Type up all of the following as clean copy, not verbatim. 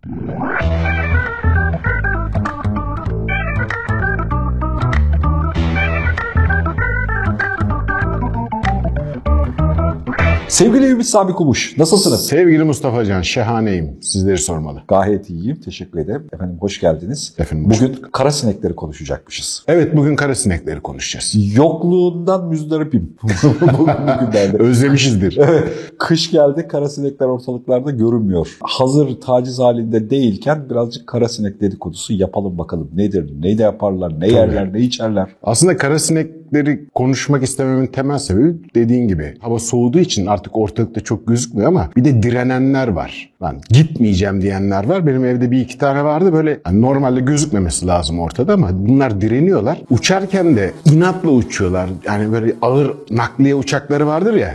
Sevgili Ümit Sami Kumuş, nasılsınız? Sevgili Mustafa Can, şahaneyim. Sizleri sormalı. Gayet iyiyim, teşekkür ederim. Efendim hoş geldiniz. Efendim, bugün kara sinekleri konuşacakmışız. Evet, bugün kara sinekleri konuşacağız. Yokluğundan müzdaripim. Bugünlerde. Özlemişizdir. Evet, kış geldi, kara sinekler ortalıklarda görünmüyor. Hazır taciz halinde değilken birazcık kara sinek dedikodusu yapalım bakalım. Nedir, ne de yaparlar, ne yerler, ne içerler? Aslında kara sinekleri konuşmak istememin temel sebebi dediğin gibi hava soğuduğu için artık ortalıkta çok gözükmüyor ama bir de direnenler var. Ben gitmeyeceğim diyenler var. Benim evde bir iki tane vardı böyle normalde gözükmemesi lazım ortada ama bunlar direniyorlar. Uçarken de inatla uçuyorlar. Yani böyle ağır nakliye uçakları vardır ya.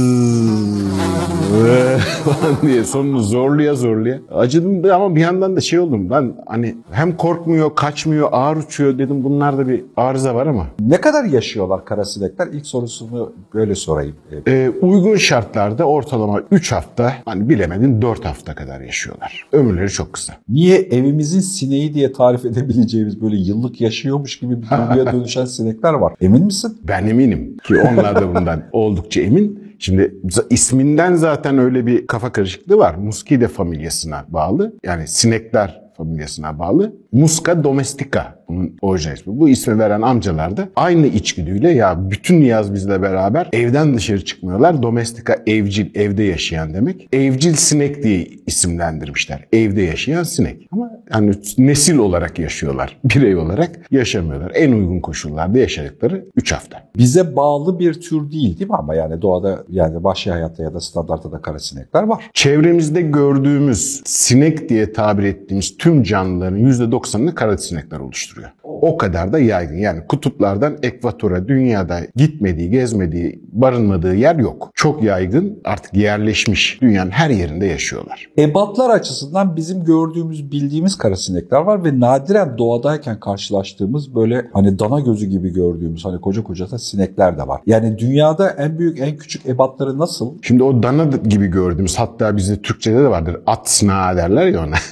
Falan diye sonunu zorluya. Acıdım ama bir yandan da şey oldum. Ben hani hem korkmuyor, kaçmıyor, ağır uçuyor dedim. Bunlarda bir arıza var ama. Ne kadar yaşıyorlar kara sinekler? İlk sorusunu böyle sorayım. Uygun şartlarda ortalama 3 hafta, hani bilemedin 4 hafta kadar yaşıyorlar. Ömürleri çok kısa. Niye evimizin sineği diye tarif edebileceğimiz böyle yıllık yaşıyormuş gibi bir duyguya dönüşen sinekler var? Emin misin? Ben eminim ki onlar da bundan oldukça emin. Şimdi isminden zaten öyle bir kafa karışıklığı var. Muscidae familyasına bağlı. Yani sinekler familyasına bağlı. Musca domestica bunun orijinal ismi. Bu ismi veren amcalar da aynı içgüdüyle ya bütün yaz bizle beraber evden dışarı çıkmıyorlar. Domestica evcil, evde yaşayan demek. Evcil sinek diye isimlendirmişler. Evde yaşayan sinek. Ama yani nesil olarak yaşıyorlar. Birey olarak yaşamıyorlar. En uygun koşullarda yaşadıkları 3 hafta. Bize bağlı bir tür değil mi ama yani doğada yani vahşi hayatta ya da standartta da kara sinekler var. Çevremizde gördüğümüz sinek diye tabir ettiğimiz tüm canlıların %90'ını kara sinekler oluşturuyor. O kadar da yaygın. Yani kutuplardan ekvatora, dünyada gitmediği, gezmediği, barınmadığı yer yok. Çok yaygın, artık yerleşmiş. Dünyanın her yerinde yaşıyorlar. Ebatlar açısından bizim gördüğümüz, bildiğimiz kara sinekler var ve nadiren doğadayken karşılaştığımız böyle hani dana gözü gibi gördüğümüz hani koca koca da sinekler de var. Yani dünyada en büyük, en küçük ebatları nasıl? Şimdi o dana gibi gördüğümüz, hatta bizde Türkçe'de de vardır, at sınağı derler ya ona.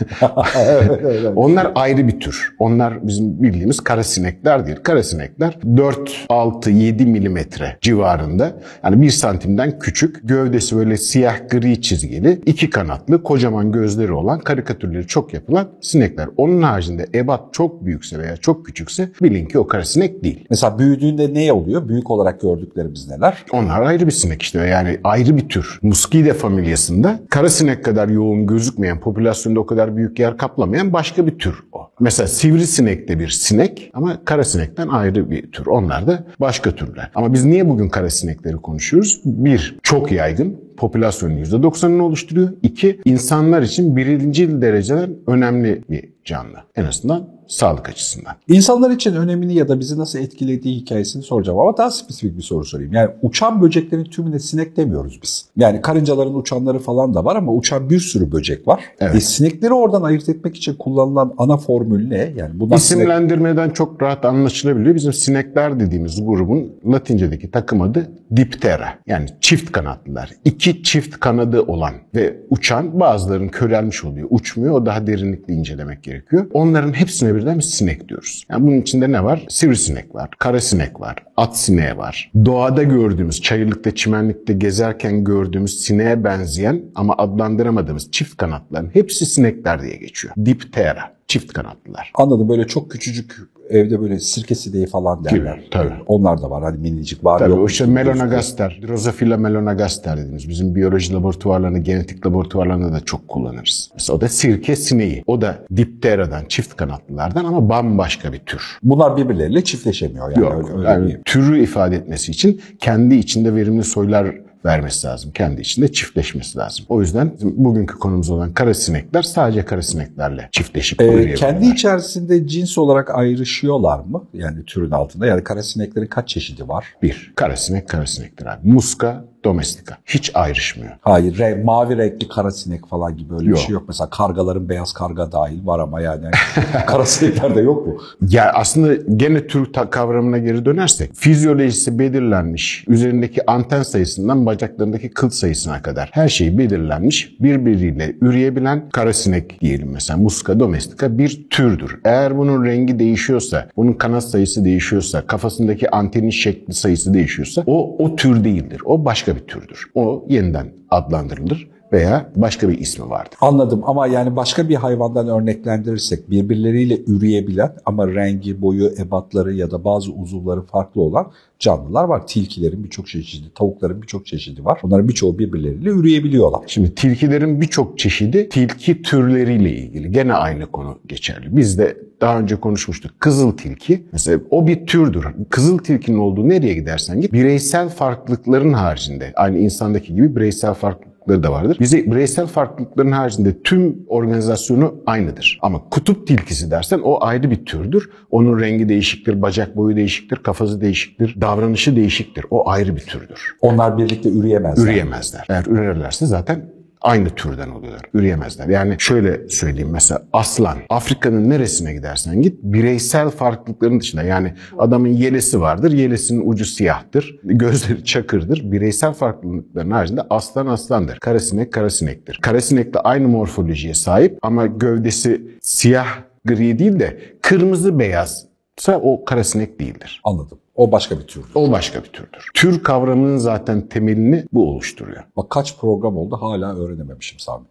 Evet. Onlar ayrı bir tür. Onlar bizim bildiğimiz kara sinekler değil. Kara sinekler 4, 6, 7 milimetre civarında. Yani 1 santimden küçük. Gövdesi böyle siyah gri çizgili. 2 kanatlı, kocaman gözleri olan, karikatürleri çok yapılan sinekler. Onun haricinde ebat çok büyükse veya çok küçükse bilin ki o kara sinek değil. Mesela büyüdüğünde ne oluyor? Büyük olarak gördüklerimiz neler? Onlar ayrı bir sinek işte. Yani ayrı bir tür. Muscidae familyasında kara sinek kadar yoğun gözükmeyen, popülasyonda o kadar büyük yer kaplamayan başka bir tür o. Mesela sivrisinek de bir sinek ama kara sinekten ayrı bir tür. Onlar da başka türler. Ama biz niye bugün kara sinekleri konuşuyoruz? 1. Çok yaygın. Popülasyonun %90'ını oluşturuyor. 2. İnsanlar için birincil dereceden önemli bir canlı. En azından sağlık açısından. İnsanlar için önemini ya da bizi nasıl etkilediği hikayesini soracağım ama daha spesifik bir soru sorayım. Yani uçan böceklerin tümüne sinek demiyoruz biz. Yani karıncaların uçanları falan da var ama uçan bir sürü böcek var. Evet. Sinekleri oradan ayırt etmek için kullanılan ana formül ne? Yani bundan İsimlendirmeden çok rahat anlaşılabiliyor. Bizim sinekler dediğimiz grubun Latince'deki takım adı Diptera. Yani çift kanatlılar. 2 çift kanadı olan ve uçan, bazılarının körelmiş oluyor. Uçmuyor. O daha derinlikli incelemek gerekiyor. Onların hepsine birden bir sinek diyoruz. Yani bunun içinde ne var? Sivrisinek var, kara sinek var, at sineği var. Doğada gördüğümüz, çayırlıkta, çimenlikte gezerken gördüğümüz sineğe benzeyen ama adlandıramadığımız çift kanatların hepsi sinekler diye geçiyor. Diptera, çift kanatlılar. Anladım, böyle çok küçücük evde böyle sirke sineği falan derler. Gibi, tabii. Onlar da var, hani minicik var. Tabii yok, o işte Melanogaster, Drosophila melanogaster dediğimiz bizim biyoloji laboratuvarlarında, genetik laboratuvarlarında da çok kullanırız. Mesela o da sirke sineği. O da Diptera'dan, çift kanatlılardan ama bambaşka bir tür. Bunlar birbirleriyle çiftleşemiyor yani. Yok, öyle yani türü ifade etmesi için kendi içinde verimli soylar vermesi lazım. Kendi içinde çiftleşmesi lazım. O yüzden bugünkü konumuz olan kara sinekler sadece kara sineklerle çiftleşip ürüyebilirler. Kendi içerisinde cins olarak ayrışıyorlar mı? Yani türün altında. Yani kara sineklerin kaç çeşidi var? 1. Kara sinek, kara sinektir abi. Musca domestica. Hiç ayrışmıyor. Hayır, mavi renkli karasinek falan gibi öyle Yok. bir şey yok. Mesela kargaların beyaz karga dahil var ama yani karasineklerde yok mu? Ya aslında gene tür kavramına geri dönersek fizyolojisi belirlenmiş, üzerindeki anten sayısından bacaklarındaki kıl sayısına kadar her şey belirlenmiş, birbiriyle üreyebilen karasinek diyelim mesela Musca domestica bir türdür. Eğer bunun rengi değişiyorsa, bunun kanat sayısı değişiyorsa, kafasındaki antenin şekli sayısı değişiyorsa o tür değildir. O başka bir türdür. O yeniden adlandırılır veya başka bir ismi vardır. Anladım ama yani başka bir hayvandan örneklendirirsek birbirleriyle üreyebilen ama rengi, boyu, ebatları ya da bazı uzuvları farklı olan canlılar var. Tilkilerin birçok çeşidi, tavukların birçok çeşidi var. Bunların birçoğu birbirleriyle üreyebiliyorlar. Şimdi tilkilerin birçok çeşidi tilki türleriyle ilgili. Gene aynı konu geçerli. Biz de daha önce konuşmuştuk. Kızıl tilki mesela o bir türdür. Kızıl tilkinin olduğu nereye gidersen git bireysel farklılıkların haricinde aynı insandaki gibi bireysel farklılıkları da vardır. Bize bireysel farklılıkların haricinde tüm organizasyonu aynıdır. Ama kutup tilkisi dersen o ayrı bir türdür. Onun rengi değişiktir, bacak boyu değişiktir, kafası değişiktir, davranışı değişiktir. O ayrı bir türdür. Onlar birlikte üreyemezler. Üreyemezler. Eğer ürerlerse zaten aynı türden oluyorlar. Üreyemezler. Yani şöyle söyleyeyim mesela aslan. Afrika'nın neresine gidersen git bireysel farklılıkların dışında yani adamın yelesi vardır. Yelesinin ucu siyahtır. Gözleri çakırdır. Bireysel farklılıkların haricinde aslan aslandır. Karasinek karasinektir. Karasinek de aynı morfolojiye sahip ama gövdesi siyah gri değil de kırmızı beyazsa o karasinek değildir. Anladım. O başka bir türdür. O başka bir türdür. Tür kavramının zaten temelini bu oluşturuyor. Bak kaç program oldu hala öğrenememişim Sami.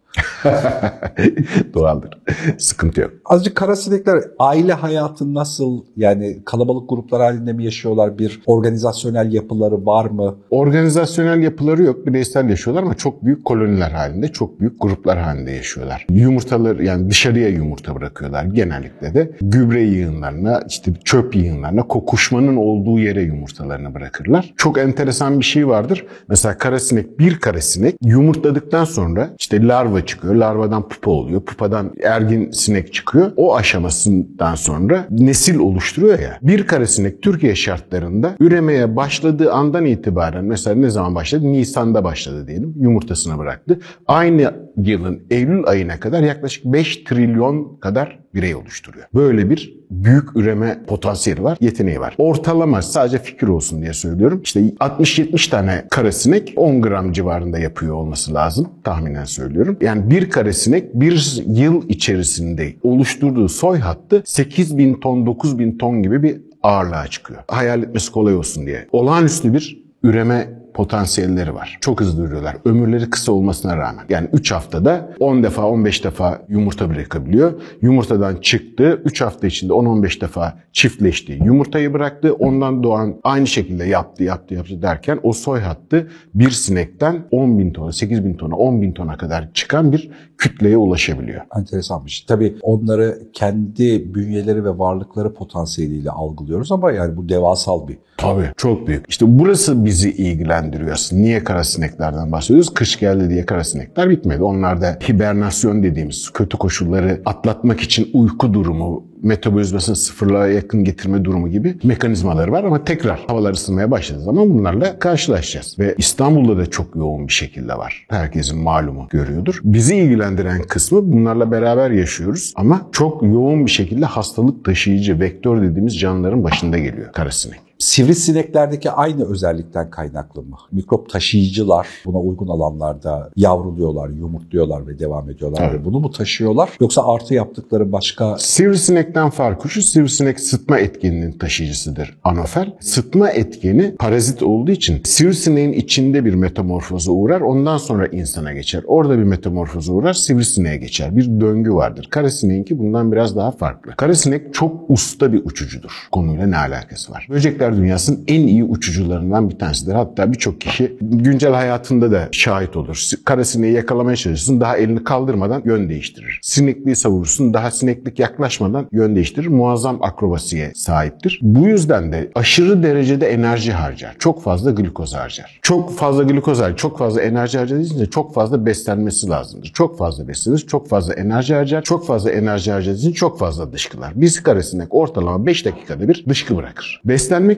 Doğaldır. Sıkıntı yok. Azıcık karasinekler aile hayatı nasıl? Yani kalabalık gruplar halinde mi yaşıyorlar? Bir organizasyonel yapıları var mı? Organizasyonel yapıları yok. Bireysel yaşıyorlar ama çok büyük koloniler halinde, çok büyük gruplar halinde yaşıyorlar. Yumurtaları yani dışarıya yumurta bırakıyorlar. Genellikle de gübre yığınlarına, işte çöp yığınlarına, kokuşmanın olduğu yere yumurtalarını bırakırlar. Çok enteresan bir şey vardır. Mesela bir karasinek yumurtladıktan sonra işte larva çıkıyor. Larvadan pupa oluyor. Pupadan ergin sinek çıkıyor. O aşamasından sonra nesil oluşturuyor ya. Bir karasinek Türkiye şartlarında üremeye başladığı andan itibaren mesela ne zaman başladı? Nisan'da başladı diyelim. Yumurtasını bıraktı. Aynı yılın Eylül ayına kadar yaklaşık 5 trilyon kadar birey oluşturuyor. Böyle bir büyük üreme potansiyeli var, yeteneği var. Ortalama sadece fikir olsun diye söylüyorum. İşte 60-70 tane karasinek 10 gram civarında yapıyor olması lazım. Tahminen söylüyorum. Yani bir karasinek bir yıl içerisinde oluşturduğu soy hattı 8.000 ton, 9.000 ton gibi bir ağırlığa çıkıyor. Hayal etmesi kolay olsun diye. Olağanüstü bir üreme potansiyelleri var. Çok hızlı ürüyorlar. Ömürleri kısa olmasına rağmen. Yani 3 haftada 10 defa 15 defa yumurta bırakabiliyor. Yumurtadan çıktı. 3 hafta içinde 10-15 defa çiftleşti. Yumurtayı bıraktı. Ondan doğan aynı şekilde yaptı derken o soy hattı bir sinekten 10.000 tona, 8.000 tona, 10.000 tona kadar çıkan bir kütleye ulaşabiliyor. Enteresanmış. Tabii onları kendi bünyeleri ve varlıkları potansiyeliyle algılıyoruz ama yani bu devasal bir. Tabii çok büyük. İşte burası bizi ilgilendiriyor aslında. Niye karasineklerden bahsediyoruz? Kış geldi diye karasinekler bitmedi. Onlarda hibernasyon dediğimiz kötü koşulları atlatmak için uyku durumu, metabolizmasını sıfırlığa yakın getirme durumu gibi mekanizmaları var ama tekrar havalar ısınmaya başladığı zaman bunlarla karşılaşacağız. Ve İstanbul'da da çok yoğun bir şekilde var. Herkesin malumu görüyordur. Bizi ilgilendiren kısmı bunlarla beraber yaşıyoruz ama çok yoğun bir şekilde hastalık taşıyıcı vektör dediğimiz canlıların başında geliyor karasinek. Sivrisineklerdeki aynı özellikten kaynaklı mı? Mikrop taşıyıcılar buna uygun alanlarda yavruluyorlar, yumurtluyorlar ve devam ediyorlar Evet. ve bunu mu taşıyorlar? Yoksa artı yaptıkları başka... Sivrisinekten farkı şu, sivrisinek sıtma etkeninin taşıyıcısıdır anofel. Sıtma etkeni parazit olduğu için sivrisineğin içinde bir metamorfoza uğrar, ondan sonra insana geçer. Orada bir metamorfoza uğrar, sivrisineğe geçer. Bir döngü vardır. Karasineğinki bundan biraz daha farklı. Karasinek çok usta bir uçucudur. Konuyla ne alakası var? Böcekler dünyasının en iyi uçucularından bir tanesidir. Hatta birçok kişi güncel hayatında da şahit olur. Karasineği yakalamaya çalışırsın, daha elini kaldırmadan yön değiştirir. Sinekliği savurursun, daha sineklik yaklaşmadan yön değiştirir. Muazzam akrobasiye sahiptir. Bu yüzden de aşırı derecede enerji harcar. Çok fazla glikoz harcar. Çok fazla glikoz harcar, çok fazla enerji harcadığı için çok fazla beslenmesi lazımdır. Çok fazla beslenir, çok fazla enerji harcar. Çok fazla enerji harcadığı için çok fazla dışkılar. Bir karasinek ortalama 5 dakikada bir dışkı bırakır. Beslenmek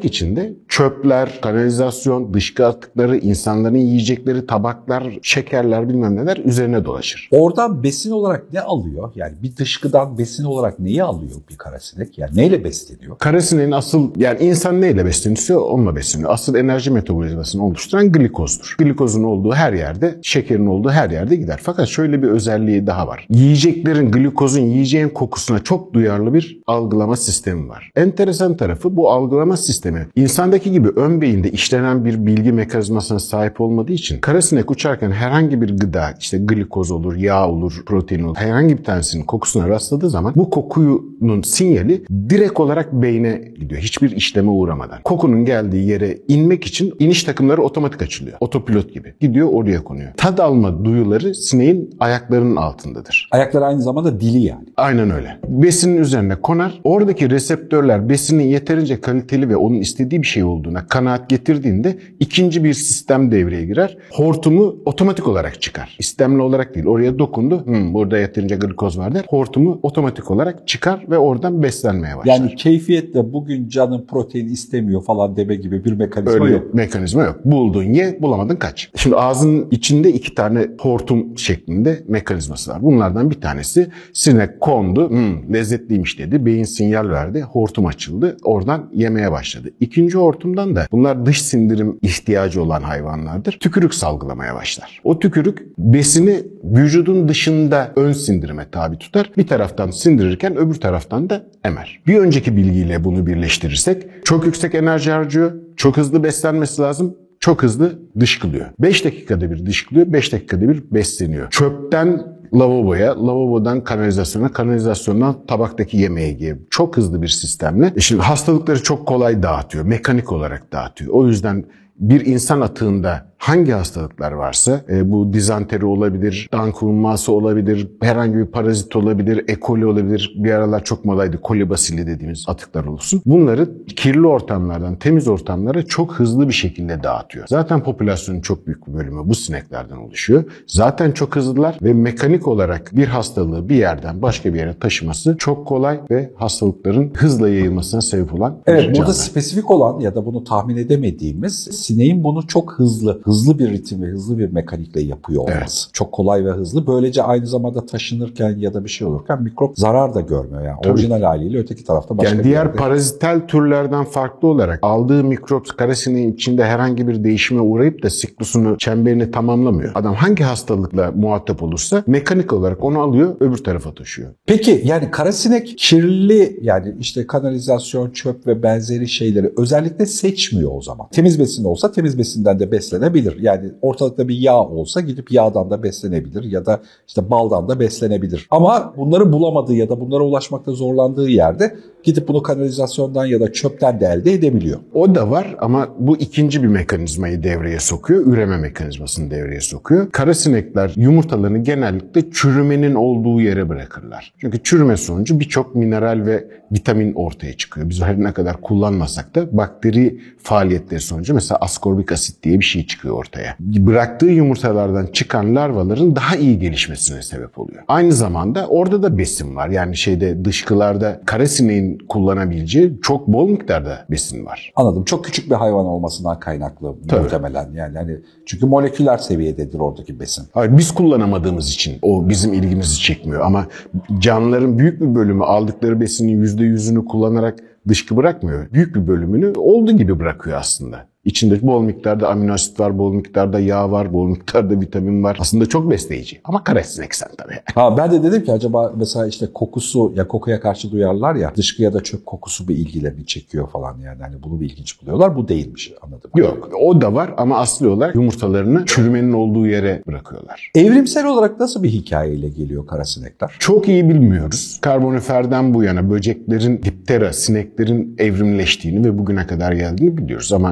Tırnak içinde çöpler, kanalizasyon, dışkı atıkları, insanların yiyecekleri, tabaklar, şekerler bilmem neler üzerine dolaşır. Oradan besin olarak ne alıyor? Yani bir dışkıdan besin olarak neyi alıyor bir karasinek? Yani neyle besleniyor? Karasineğin asıl, yani insan neyle besleniyorsa onunla besleniyor. Asıl enerji metabolizmasını oluşturan glikozdur. Glikozun olduğu her yerde, şekerin olduğu her yerde gider. Fakat şöyle bir özelliği daha var. Yiyeceklerin, glikozun yiyeceğin kokusuna çok duyarlı bir algılama sistemi var. Enteresan tarafı, bu algılama sistemi insandaki gibi ön beyinde işlenen bir bilgi mekanizmasına sahip olmadığı için karasinek uçarken herhangi bir gıda, işte glikoz olur, yağ olur, protein olur, herhangi bir tanesinin kokusuna rastladığı zaman bu kokunun sinyali direkt olarak beyne gidiyor. Hiçbir işleme uğramadan. Kokunun geldiği yere inmek için iniş takımları otomatik açılıyor. Otopilot gibi. Gidiyor oraya konuyor. Tad alma duyuları sineğin ayaklarının altındadır. Ayakları aynı zamanda dili yani. Aynen öyle. Besinin üzerine konar. Oradaki reseptörler besinin yeterince kaliteli ve onun istediği bir şey olduğuna kanaat getirdiğinde ikinci bir sistem devreye girer. Hortumu otomatik olarak çıkar. İstemli olarak değil. Oraya dokundu. Burada yeterince glikoz var der. Hortumu otomatik olarak çıkar ve oradan beslenmeye başlar. Yani keyfiyetle bugün canım protein istemiyor falan deme gibi bir mekanizma öyle yok. Mekanizma yok. Buldun ye, bulamadın kaç. Şimdi ağzın içinde 2 tane hortum şeklinde mekanizması var. Bunlardan bir tanesi sinek kondu, lezzetliymiş dedi. Beyin sinyal verdi. Hortum açıldı. Oradan yemeye başladı. İkinci hortumdan da bunlar dış sindirim ihtiyacı olan hayvanlardır. Tükürük salgılamaya başlar. O tükürük besini vücudun dışında ön sindirime tabi tutar. Bir taraftan sindirirken öbür taraftan da emer. Bir önceki bilgiyle bunu birleştirirsek çok yüksek enerji harcıyor. Çok hızlı beslenmesi lazım. Çok hızlı dışkılıyor. 5 dakikada bir dışkılıyor, 5 dakikada bir besleniyor. Çöpten lavaboya, lavabodan kanalizasyona, kanalizasyondan tabaktaki yemeğe gibi çok hızlı bir sistemle. Şimdi hastalıkları çok kolay dağıtıyor, mekanik olarak dağıtıyor. O yüzden bir insan atığında hangi hastalıklar varsa bu dizanteri olabilir, dankulması olabilir, herhangi bir parazit olabilir, E. coli olabilir. Bir aralar çok modaydı kolibasili dediğimiz atıklar olsun. Bunları kirli ortamlardan temiz ortamlara çok hızlı bir şekilde dağıtıyor. Zaten popülasyonun çok büyük bir bölümü bu sineklerden oluşuyor. Zaten çok hızlılar ve mekanik olarak bir hastalığı bir yerden başka bir yere taşıması çok kolay ve hastalıkların hızla yayılmasına sebep olan bir Evet, burada canlı. spesifik olan ya da bunu tahmin edemediğimiz sineğin bunu çok hızlı bir ritim ve hızlı bir mekanikle yapıyor olması. Evet. Çok kolay ve hızlı. Böylece aynı zamanda taşınırken ya da bir şey olurken mikrop zarar da görmüyor. Yani Tabii. orijinal haliyle öteki tarafta başka Yani bir diğer yerde. parazitel türlerden farklı olarak aldığı mikrop karasineğin içinde herhangi bir değişime uğrayıp da siklusunu, çemberini tamamlamıyor. Adam hangi hastalıkla muhatap olursa mekanik olarak onu alıyor, öbür tarafa taşıyor. Peki yani karasinek kirli, yani işte kanalizasyon, çöp ve benzeri şeyleri özellikle seçmiyor o zaman. Temiz besin olsa temiz besinden de beslenebilir. Yani ortalıkta bir yağ olsa gidip yağdan da beslenebilir ya da işte baldan da beslenebilir. Ama bunları bulamadığı ya da bunlara ulaşmakta zorlandığı yerde gidip bunu kanalizasyondan ya da çöpten de elde edebiliyor. O da var ama bu ikinci bir mekanizmayı devreye sokuyor. Üreme mekanizmasını devreye sokuyor. Karasinekler yumurtalarını genellikle çürümenin olduğu yere bırakırlar. Çünkü çürüme sonucu birçok mineral ve vitamin ortaya çıkıyor. Biz her ne kadar kullanmasak da bakteri faaliyetleri sonucu mesela askorbik asit diye bir şey çıkıyor ortaya. Bıraktığı yumurtalardan çıkan larvaların daha iyi gelişmesine sebep oluyor. Aynı zamanda orada da besin var. Yani dışkılarda karasineğin kullanabileceği çok bol miktarda besin var. Anladım. Çok küçük bir hayvan olmasından kaynaklı muhtemelen. Yani hani çünkü moleküler seviyededir oradaki besin. Hayır, biz kullanamadığımız için o bizim ilgimizi çekmiyor ama canlıların büyük bir bölümü aldıkları besinin %100'ünü kullanarak dışkı bırakmıyor. Büyük bir bölümünü olduğu gibi bırakıyor aslında. İçinde bol miktarda amino asit var, bol miktarda yağ var, bol miktarda vitamin var. Aslında çok besleyici. Ama karasinek sen tabii. Ben de dedim ki acaba mesela işte kokusu, ya kokuya karşı duyarlar ya, dışkı ya da çöp kokusu bir ilgilerini çekiyor falan yani. Hani bunu bir ilginç buluyorlar. Bu değilmiş, anladım. Yok, o da var ama asli olarak yumurtalarını çürümenin olduğu yere bırakıyorlar. Evrimsel olarak nasıl bir hikayeyle geliyor karasinekler? Çok iyi bilmiyoruz. Karboniferden bu yana böceklerin, diptera, sineklerin evrimleştiğini ve bugüne kadar geldiğini biliyoruz. Ama takdir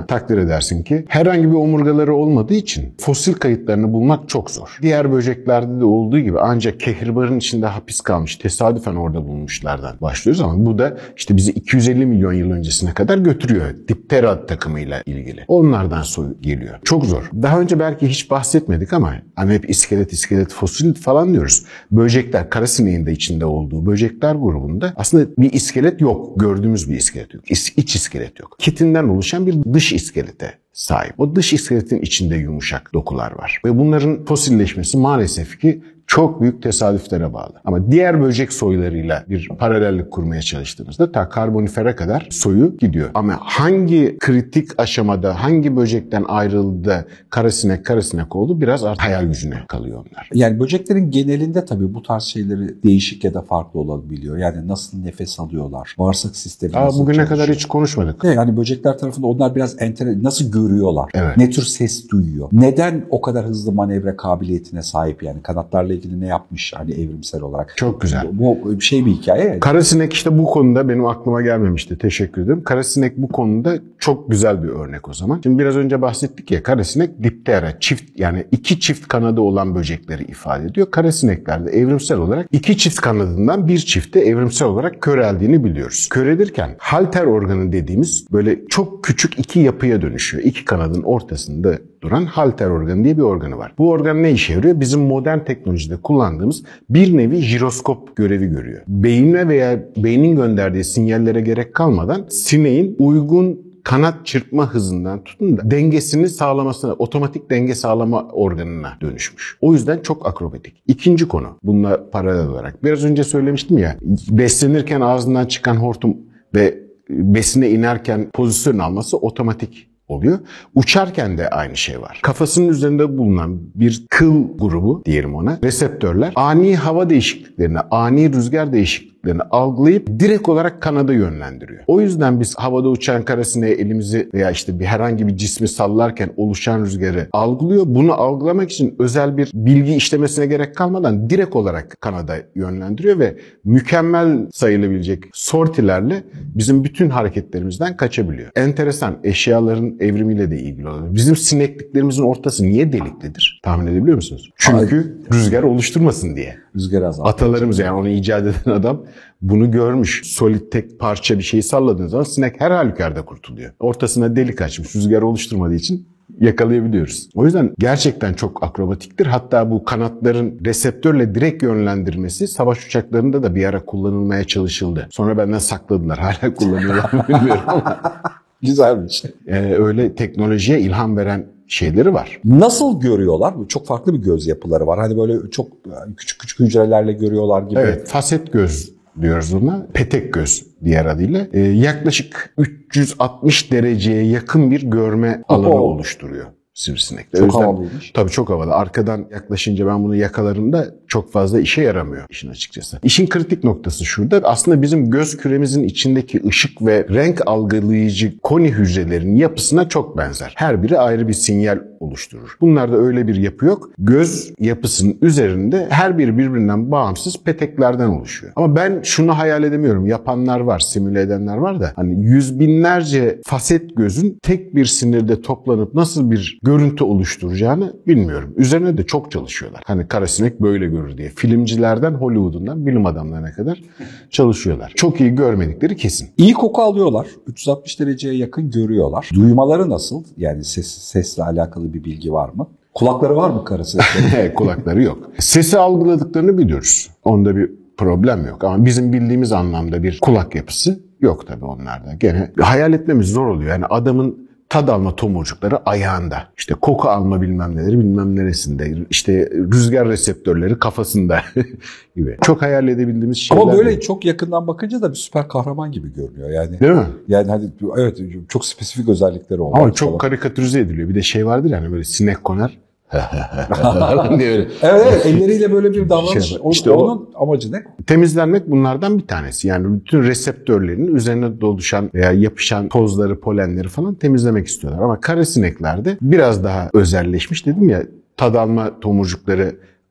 edersin ki herhangi bir omurgaları olmadığı için fosil kayıtlarını bulmak çok zor. Diğer böceklerde de olduğu gibi ancak kehribarın içinde hapis kalmış, tesadüfen orada bulmuşlardan başlıyoruz ama bu da işte bizi 250 milyon yıl öncesine kadar götürüyor. Diptera takımıyla ilgili. Onlardan soyu geliyor. Çok zor. Daha önce belki hiç bahsetmedik ama hani hep iskelet, fosil falan diyoruz. Böcekler, karasineğin de içinde olduğu böcekler grubunda aslında bir iskelet yok. Gördüğümüz bir iskelet yok. İç iskelet yok. Kitinden oluşan bir dış iskelete sahip. O dış iskeletin içinde yumuşak dokular var. Ve bunların fosilleşmesi maalesef ki çok büyük tesadüflere bağlı. Ama diğer böcek soylarıyla bir paralellik kurmaya çalıştığımızda ta karbonifere kadar soyu gidiyor. Ama hangi kritik aşamada, hangi böcekten ayrıldı da karasinek oldu biraz artık hayal gücüne kalıyor onlar. Yani böceklerin genelinde tabii bu tarz şeyleri değişik ya da farklı olabiliyor. Yani nasıl nefes alıyorlar, bağırsak sistemi nasıl Bugüne çalışıyor. kadar hiç konuşmadık. Yani böcekler tarafında onlar biraz nasıl görüyorlar, Evet. ne tür ses duyuyor, neden o kadar hızlı manevra kabiliyetine sahip yani kanatlarla ilgili ne yapmış hani evrimsel olarak. Çok güzel. Bu bir hikaye. Yani. Karasinek işte bu konuda benim aklıma gelmemişti. Teşekkür ederim. Karasinek bu konuda çok güzel bir örnek o zaman. Şimdi biraz önce bahsettik ya karasinek diptera, çift yani iki çift kanadı olan böcekleri ifade ediyor. Karasineklerde evrimsel olarak iki çift kanadından bir çifte evrimsel olarak köreldiğini biliyoruz. Körelirken halter organı dediğimiz böyle çok küçük iki yapıya dönüşüyor. İki kanadın ortasında duran halter organı diye bir organı var. Bu organ ne işe yarıyor? Bizim modern teknolojide kullandığımız bir nevi jiroskop görevi görüyor. Beyine veya beynin gönderdiği sinyallere gerek kalmadan sineğin uygun kanat çırpma hızından tutun da dengesini sağlamasına, otomatik denge sağlama organına dönüşmüş. O yüzden çok akrobatik. İkinci konu, bununla paralel olarak. Biraz önce söylemiştim ya, beslenirken ağzından çıkan hortum ve besine inerken pozisyon alması otomatik oluyor. Uçarken de aynı şey var. Kafasının üzerinde bulunan bir kıl grubu diyelim ona, reseptörler ani hava değişikliklerini, ani rüzgar değişikliklerini algılayıp direkt olarak kanada yönlendiriyor. O yüzden biz havada uçan karasineğe elimizi veya işte herhangi bir cismi sallarken oluşan rüzgarı algılıyor. Bunu algılamak için özel bir bilgi işlemesine gerek kalmadan direkt olarak kanada yönlendiriyor ve mükemmel sayılabilecek sortilerle bizim bütün hareketlerimizden kaçabiliyor. Enteresan, eşyaların evrimiyle de ilgili oluyor. Bizim sinekliklerimizin ortası niye deliklidir? Tahmin edebiliyor musunuz? Çünkü rüzgar oluşturmasın diye. Rüzgar azaltıyor. Atalarımız yani onu icat eden adam bunu görmüş. Solit tek parça bir şeyi salladığınız zaman sinek her halükarda kurtuluyor. Ortasına delik açmış. Rüzgar oluşturmadığı için yakalayabiliyoruz. O yüzden gerçekten çok akrobatiktir. Hatta bu kanatların reseptörle direkt yönlendirmesi savaş uçaklarında da bir ara kullanılmaya çalışıldı. Sonra benden sakladılar. Hala kullanıyorlar mı bilmiyorum ama. Güzelmiş. Öyle teknolojiye ilham veren şeyleri var. Nasıl görüyorlar? Çok farklı bir göz yapıları var. Hani böyle çok küçük küçük hücrelerle görüyorlar gibi. Evet, faset göz diyoruz ona. Petek göz diğer adıyla. Yaklaşık 360 dereceye yakın bir görme alanı oluşturuyor sivrisinekler. Çok havalıymış. Tabii çok havalı. Arkadan yaklaşınca ben bunu yakalarımda çok fazla işe yaramıyor işin açıkçası. İşin kritik noktası şurada. Aslında bizim göz küremizin içindeki ışık ve renk algılayıcı koni hücrelerinin yapısına çok benzer. Her biri ayrı bir sinyal oluşturur. Bunlarda öyle bir yapı yok. Göz yapısının üzerinde her biri birbirinden bağımsız peteklerden oluşuyor. Ama ben şunu hayal edemiyorum. Yapanlar var, simüle edenler var da hani yüz binlerce faset gözün tek bir sinirde toplanıp nasıl bir görüntü oluşturacağını bilmiyorum. Üzerine de çok çalışıyorlar. Hani karasinek böyle görür diye. Filmcilerden Hollywood'undan bilim adamlarına kadar çalışıyorlar. Çok iyi görmedikleri kesin. İyi koku alıyorlar. 360 dereceye yakın görüyorlar. Duymaları nasıl? Yani sesle alakalı bir bilgi var mı? Kulakları var mı karasineklerin? Kulakları yok. Sesi algıladıklarını biliyoruz. Onda bir problem yok. Ama bizim bildiğimiz anlamda bir kulak yapısı yok tabii onlarda. Gene hayal etmemiz zor oluyor. Yani adamın tad alma tomurcukları ayağında. İşte koku alma bilmem neleri bilmem neresinde. İşte rüzgar reseptörleri kafasında gibi. Çok hayal edebildiğimiz şeyler. Ama böyle çok yakından bakınca da bir süper kahraman gibi görünüyor yani. Değil mi? Yani hani evet çok spesifik özellikleri olan. Ama çok karikatürize ediliyor. Bir de şey vardır yani böyle sinek konar. diye öyle. Evet, elleriyle böyle bir davranış. İşte onun amacı ne? Temizlenmek bunlardan bir tanesi. Yani bütün reseptörlerin üzerine doluşan veya yapışan tozları, polenleri falan temizlemek istiyorlar. Ama karasineklerde biraz daha özelleşmiş dedim ya, tad alma tomurcukları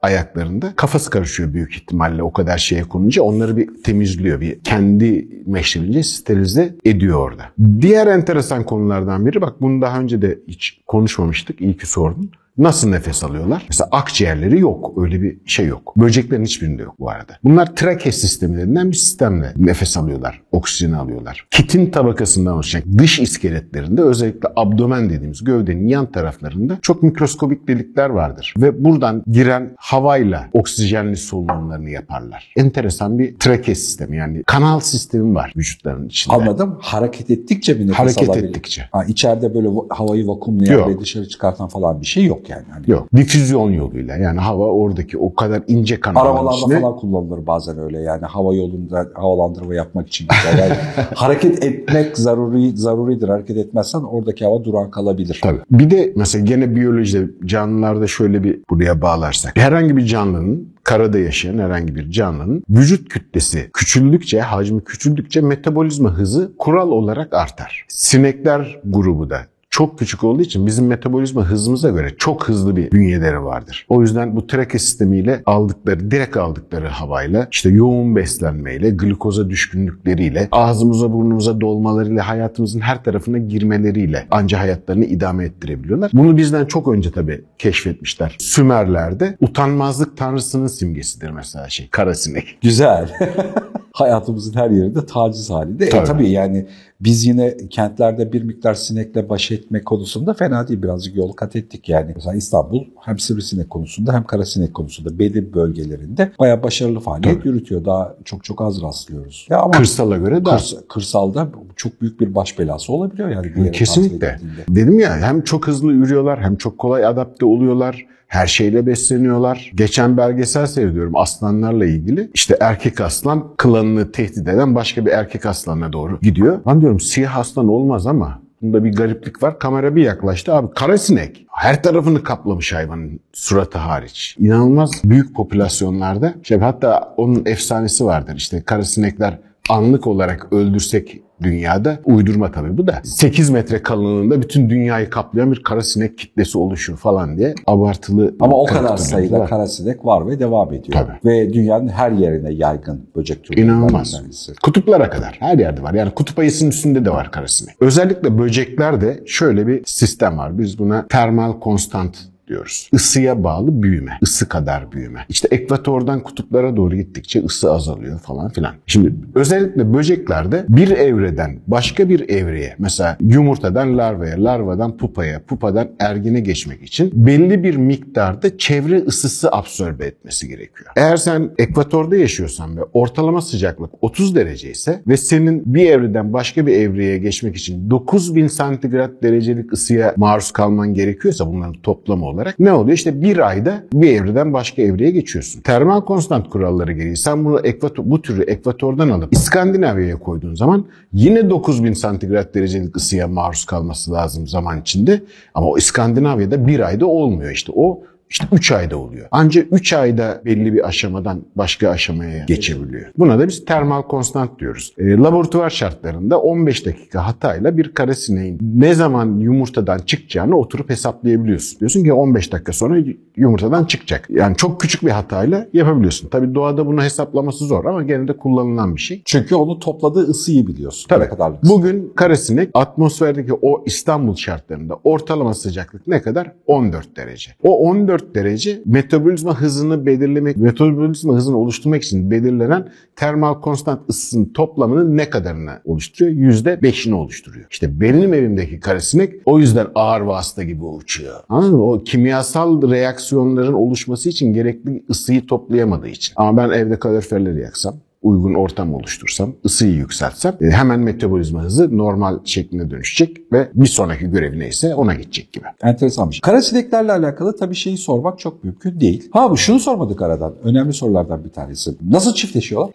ayaklarında. Kafası karışıyor büyük ihtimalle o kadar şeye konunca. Onları bir temizliyor. Bir kendi meşrebince sterilize ediyor orada. Diğer enteresan konulardan biri, bak bunu daha önce de hiç konuşmamıştık. İyi ki sordun. Nasıl nefes alıyorlar? Mesela akciğerleri yok. Öyle bir şey yok. Böceklerin hiçbirinde yok bu arada. Bunlar trake sistemi denilen bir sistemle nefes alıyorlar. Oksijeni alıyorlar. Kitin tabakasından oluşan dış iskeletlerinde, özellikle abdomen dediğimiz gövdenin yan taraflarında çok mikroskobik delikler vardır. Ve buradan giren havayla oksijenli solunumlarını yaparlar. Enteresan bir trake sistemi, yani kanal sistemi var vücutlarının içinde. Anladım. Hareket ettikçe mi nefes Hareket alabilir? ettikçe. İçeride böyle havayı vakumlayan Yok. ve dışarı çıkartan falan bir şey yok yani. Yok. Difüzyon yoluyla, yani hava oradaki o kadar ince kanalların Arabalarda içine... falan kullanılır bazen öyle, yani hava yolunda havalandırma yapmak için. Yani hareket etmek zaruridir. Hareket etmezsen oradaki hava duran kalabilir. Tabii. Bir de mesela gene biyolojide, canlılarda şöyle bir buraya bağlarsak. Herhangi bir canlının, karada yaşayan herhangi bir canlının vücut kütlesi küçüldükçe, hacmi küçüldükçe metabolizma hızı kural olarak artar. Sinekler grubu da çok küçük olduğu için bizim metabolizma hızımıza göre çok hızlı bir bünyeleri vardır. O yüzden bu trake sistemiyle direkt aldıkları havayla, işte yoğun beslenmeyle, glikoza düşkünlükleriyle, ağzımıza burnumuza dolmalarıyla, hayatımızın her tarafına girmeleriyle anca hayatlarını idame ettirebiliyorlar. Bunu bizden çok önce tabii keşfetmişler. Sümerler'de utanmazlık tanrısının simgesidir mesela karasinek. Güzel. Hayatımızın her yerinde taciz halinde. Tabii. Tabii yani biz yine kentlerde bir miktar sinekle baş etme konusunda fena değil. Birazcık yol kat ettik yani. Mesela İstanbul hem sivrisinek konusunda hem karasinek konusunda belli bölgelerinde bayağı başarılı faaliyet yürütüyor. Daha çok az rastlıyoruz. Ya ama kırsala göre daha. Kırsalda çok büyük bir baş belası olabiliyor yani. Bir yere kesinlikle. Dedim ya, hem çok hızlı ürüyorlar hem çok kolay adapte oluyorlar. Her şeyle besleniyorlar. Geçen belgesel seyrediyorum aslanlarla ilgili. İşte erkek aslan klanını tehdit eden başka bir erkek aslanına doğru gidiyor. Ben diyorum siyah aslan olmaz ama bunda bir gariplik var. Kamera bir yaklaştı. Abi karasinek. Her tarafını kaplamış hayvanın, suratı hariç. İnanılmaz büyük popülasyonlarda. Hatta onun efsanesi vardır. İşte karasinekler anlık olarak öldürsek dünyada, uydurma tabii bu da, 8 metre kalınlığında bütün dünyayı kaplayan bir karasinek kitlesi oluşur falan diye abartılı. Ama o kadar sayıda karasinek var ve devam ediyor. Tabii. Ve dünyanın her yerine yaygın böcek türü. İnanılmaz. Kutuplara kadar her yerde var. Yani kutup ayısının üstünde de var karasinek. Özellikle böceklerde şöyle bir sistem var. Biz buna termal konstant diyoruz. Isıya bağlı büyüme. Isı kadar büyüme. İşte ekvatordan kutuplara doğru gittikçe ısı azalıyor falan filan. Şimdi özellikle böceklerde bir evreden başka bir evreye, mesela yumurtadan larvaya, larvadan pupaya, pupadan ergene geçmek için belli bir miktarda çevre ısısı absorbe etmesi gerekiyor. Eğer sen ekvatorda yaşıyorsan ve ortalama sıcaklık 30 derece ise ve senin bir evreden başka bir evreye geçmek için 9000 santigrat derecelik ısıya maruz kalman gerekiyorsa, bunların toplamı olarak ne oluyor? İşte bir ayda bir evreden başka evreye geçiyorsun. Termal konstant kuralları gereği sen bu türü ekvatordan alıp İskandinavya'ya koyduğun zaman yine 9000 santigrat derecelik ısıya maruz kalması lazım zaman içinde. Ama o İskandinavya'da bir ayda olmuyor işte. O 3 ayda oluyor. Ancak 3 ayda belli bir aşamadan başka aşamaya geçebiliyor. Buna da biz termal konstant diyoruz. Laboratuvar şartlarında 15 dakika hatayla bir karasineğin ne zaman yumurtadan çıkacağını oturup hesaplayabiliyorsun. Diyorsun ki 15 dakika sonra yumurtadan çıkacak. Yani çok küçük bir hatayla yapabiliyorsun. Tabii doğada bunu hesaplaması zor ama gene de kullanılan bir şey. Çünkü onu topladığı ısıyı biliyorsun. Tabii. Ne kadar Bugün karasinek atmosferdeki o İstanbul şartlarında ortalama sıcaklık ne kadar? 14 derece. O 14 derece metabolizma hızını belirlemek, metabolizma hızını oluşturmak için belirlenen termal konstant ısısının toplamının ne kadarını oluşturuyor? %5'ini oluşturuyor. İşte benim evimdeki karasinek o yüzden ağır vasıta gibi uçuyor. Anladın mı? O kimyasal reaksiyonların oluşması için gerekli ısıyı toplayamadığı için. Ama ben evde kaloriferleri yaksam, uygun ortam oluştursam, ısıyı yükseltsem hemen metabolizma hızı normal şekline dönüşecek ve bir sonraki görevi neyse ona geçecek gibi. Enteresanmış. Karasineklerle alakalı tabii şeyi sormak çok mümkün değil. Bu şunu sormadık aradan. Önemli sorulardan bir tanesi. Nasıl çiftleşiyorlar?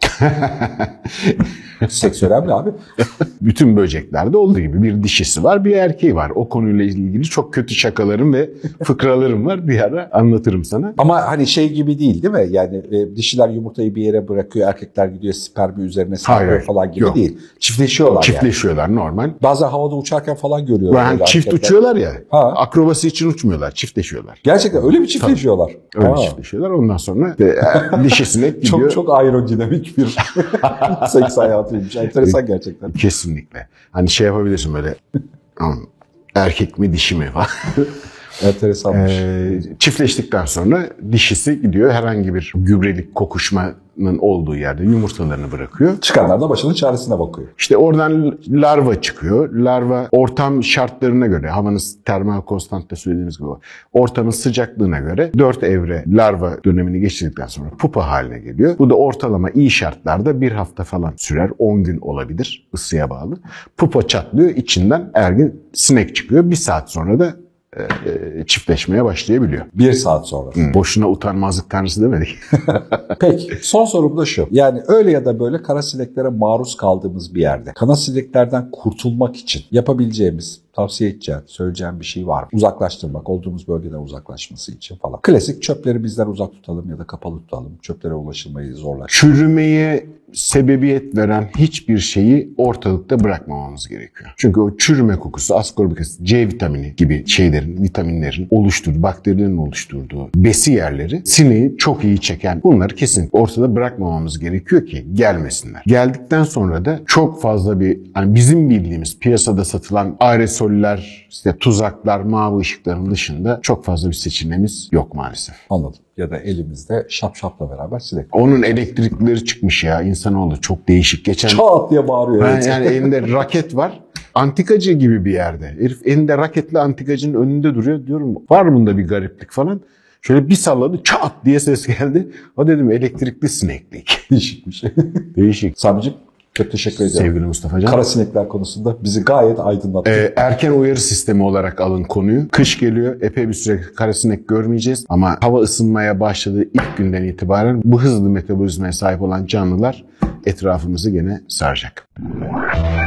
Seks önemli abi. Bütün böceklerde olduğu gibi bir dişisi var, bir erkeği var. O konuyla ilgili çok kötü şakalarım ve fıkralarım var. Bir ara anlatırım sana. Ama hani şey gibi değil mi? Yani dişiler yumurtayı bir yere bırakıyor, erkekler gidiyor spermi üzerine sarıyor Hayır, falan gibi yok. değil. Çiftleşiyorlar Çiftleşiyorlar normal. Bazen havada uçarken falan görüyorum. Yani böyle çift hareketler. uçuyorlar ya. Ha. Akrobasi için uçmuyorlar. Çiftleşiyorlar. Gerçekten öyle mi çiftleşiyorlar? Öyle Ha. çiftleşiyorlar. Ondan sonra dişi sinek gidiyor. Çok çok aerodinamik bir seks hayatıymış. Enteresan gerçekten. Kesinlikle. Hani şey yapabilirsin böyle erkek mi dişi mi falan. Enteresanmış. Çiftleştikten sonra dişisi gidiyor herhangi bir gübrelik kokuşmanın olduğu yerde yumurtalarını bırakıyor. Çıkanlar da başının çaresine bakıyor. İşte oradan larva çıkıyor. Larva ortam şartlarına göre, havanın termal konstantta söylediğimiz gibi ortamın sıcaklığına göre 4 evre larva dönemini geçirdikten sonra pupa haline geliyor. Bu da ortalama iyi şartlarda 1 hafta falan sürer. 10 gün olabilir ısıya bağlı. Pupa çatlıyor, içinden ergin sinek çıkıyor. 1 saat sonra da çiftleşmeye başlayabiliyor. 1 saat sonra. Boşuna utanmazlık tanrısı demedik. Peki son sorum da şu. Yani öyle ya da böyle kara sineklere maruz kaldığımız bir yerde kara sineklerden kurtulmak için yapabileceğimiz, tavsiye edeceğin, söyleyeceğin bir şey var mı? Uzaklaştırmak, olduğumuz bölgeden uzaklaşması için falan. Klasik çöpleri bizden uzak tutalım ya da kapalı tutalım. Çöplere ulaşılmayı zorlaştıralım. Çürümeye sebebiyet veren hiçbir şeyi ortalıkta bırakmamamız gerekiyor. Çünkü o çürüme kokusu, askorbic asit, C vitamini gibi şeylerin, vitaminlerin oluşturduğu, bakterilerin oluşturduğu besi yerleri sineği çok iyi çeken, bunları kesinlikle ortada bırakmamamız gerekiyor ki gelmesinler. Geldikten sonra da çok fazla bir, hani bizim bildiğimiz piyasada satılan aerosoller, işte tuzaklar, mavi ışıkların dışında çok fazla bir seçeneğimiz yok maalesef. Anladım. Ya da elimizde şapşapla beraber sinek. Onun elektrikleri çıkmış ya, insanoğlu çok değişik. Geçen Çat diye bağırıyor. Evet. yani elinde raket var. Antikacı gibi bir yerde. Herif elinde raketle antikacının önünde duruyor. Diyorum var mı bunda bir gariplik falan. Şöyle bir salladı, çat diye ses geldi. O dedim elektrikli sineklik. Değişikmiş. Değişik. Sami'cim çok teşekkür ederim. Sevgili Mustafa Can. Kara sinekler konusunda bizi gayet aydınlattı. Erken uyarı sistemi olarak alın konuyu. Kış geliyor. Epey bir süre karasinek görmeyeceğiz. Ama hava ısınmaya başladığı ilk günden itibaren bu hızlı metabolizmaya sahip olan canlılar etrafımızı gene saracak.